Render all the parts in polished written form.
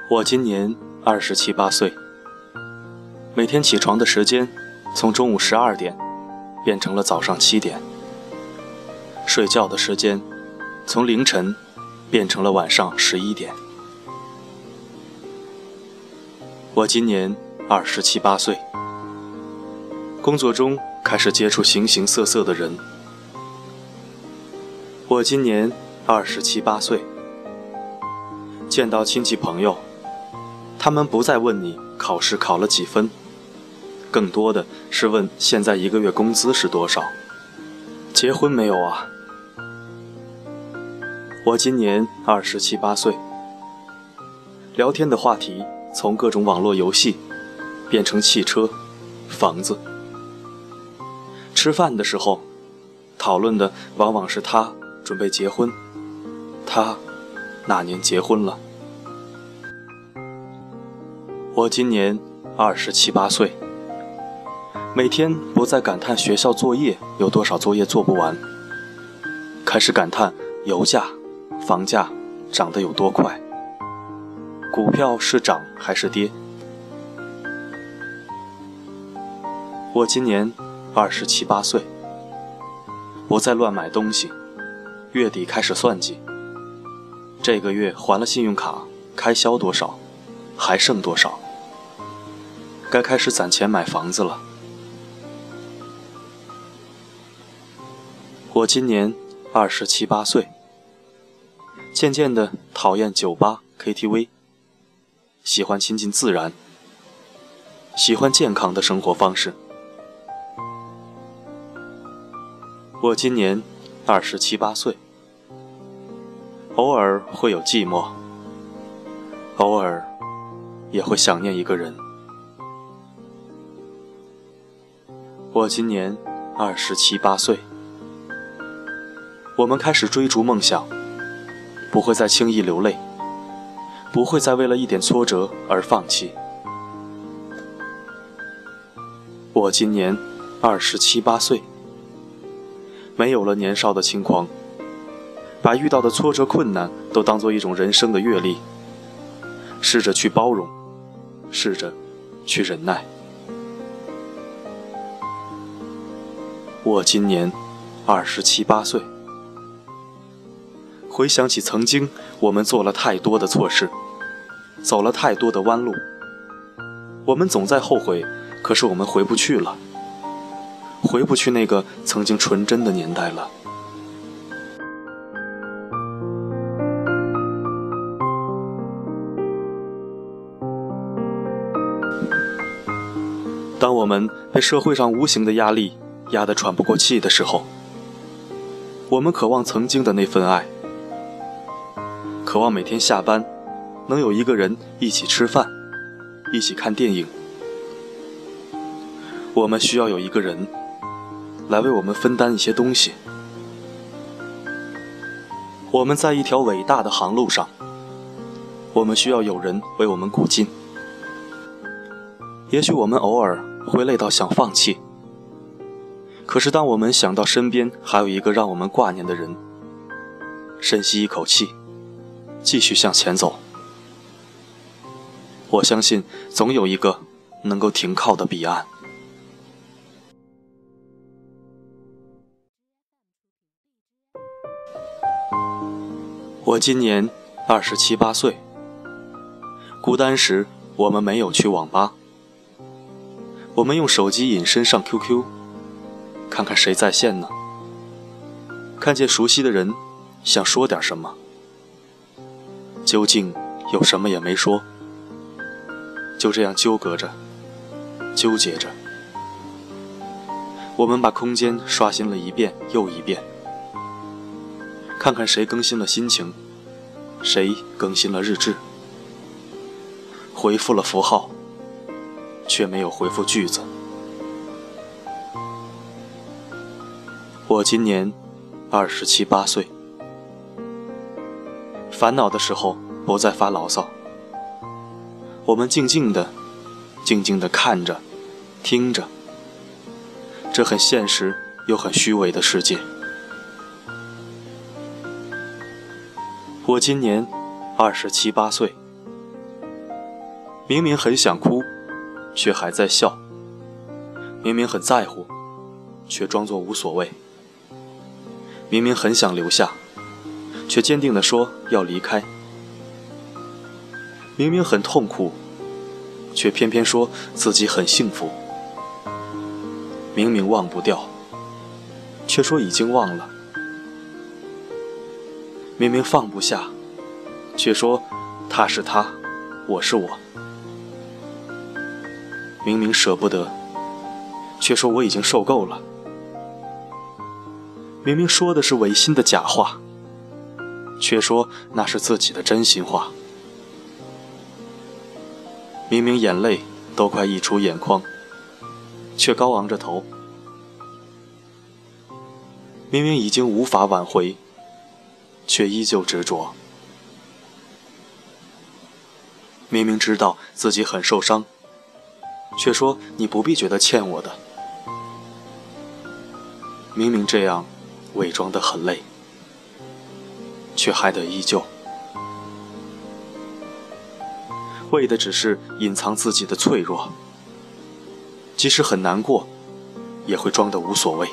我今年27、8岁，每天起床的时间从中午12点变成了早上7点，睡觉的时间从凌晨变成了晚上11点。我今年27、8岁，工作中开始接触形形色色的人。我今年27、8岁，见到亲戚朋友，他们不再问你考试考了几分，更多的是问现在1个月工资是多少，结婚没有啊？我今年27、8岁，聊天的话题从各种网络游戏变成汽车、房子。吃饭的时候，讨论的往往是他准备结婚，他那年结婚了。我今年27、8岁，每天不再感叹学校作业有多少作业做不完，开始感叹油价、房价涨得有多快，股票是涨还是跌。我今年27、8岁，不再乱买东西，月底开始算计，这个月还了信用卡，开销多少，还剩多少，该开始攒钱买房子了。我今年27、8岁，渐渐地讨厌酒吧、KTV， 喜欢亲近自然，喜欢健康的生活方式。我今年27、8岁，偶尔会有寂寞，偶尔也会想念一个人。我今年27、8岁，我们开始追逐梦想，不会再轻易流泪，不会再为了一点挫折而放弃。我今年27、8岁，没有了年少的轻狂，把遇到的挫折困难都当作一种人生的阅历，试着去包容，试着去忍耐。我今年27、8岁，回想起曾经我们做了太多的错事，走了太多的弯路，我们总在后悔，可是我们回不去了，回不去那个曾经纯真的年代了。当我们被社会上无形的压力压得喘不过气的时候，我们渴望曾经的那份爱，渴望每天下班能有一个人一起吃饭，一起看电影。我们需要有一个人来为我们分担一些东西。我们在一条伟大的航路上，我们需要有人为我们鼓劲。也许我们偶尔会累到想放弃，可是当我们想到身边还有一个让我们挂念的人，深吸一口气，继续向前走。我相信总有一个能够停靠的彼岸。我今年27、8岁，孤单时我们没有去网吧，我们用手机隐身上 QQ， 看看谁在线呢？看见熟悉的人，想说点什么，究竟有什么也没说，就这样纠葛着，纠结着。我们把空间刷新了一遍又一遍，看看谁更新了心情，谁更新了日志，回复了符号，却没有回复句子。我今年27、8岁，烦恼的时候不再发牢骚，我们静静地看着，听着，这很现实又很虚伪的世界。我今年27、8岁， 明明很想哭，却还在笑；明明很在乎，却装作无所谓；明明很想留下，却坚定地说要离开；明明很痛苦，却偏偏说自己很幸福；明明忘不掉，却说已经忘了；明明放不下，却说他是他，我是我；明明舍不得，却说我已经受够了；明明说的是违心的假话，却说那是自己的真心话；明明眼泪都快溢出眼眶，却高昂着头；明明已经无法挽回，却依旧执着；明明知道自己很受伤，却说你不必觉得欠我的；明明这样伪装得很累，却还得依旧，为的只是隐藏自己的脆弱，即使很难过，也会装得无所谓，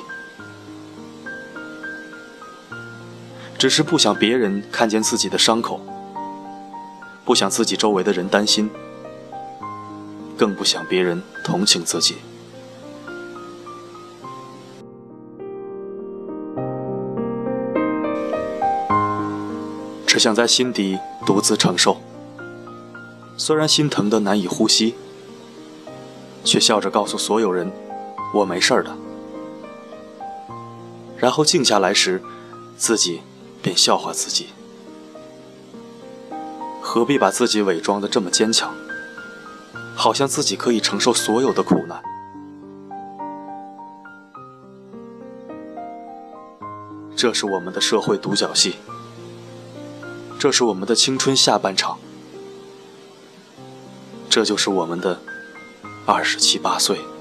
只是不想别人看见自己的伤口，不想自己周围的人担心，更不想别人同情自己。只想在心底独自承受，虽然心疼得难以呼吸，却笑着告诉所有人我没事的。然后静下来时，自己便笑话自己，何必把自己伪装得这么坚强，好像自己可以承受所有的苦难。这是我们的社会独角戏，这是我们的青春下半场，这就是我们的27、28岁。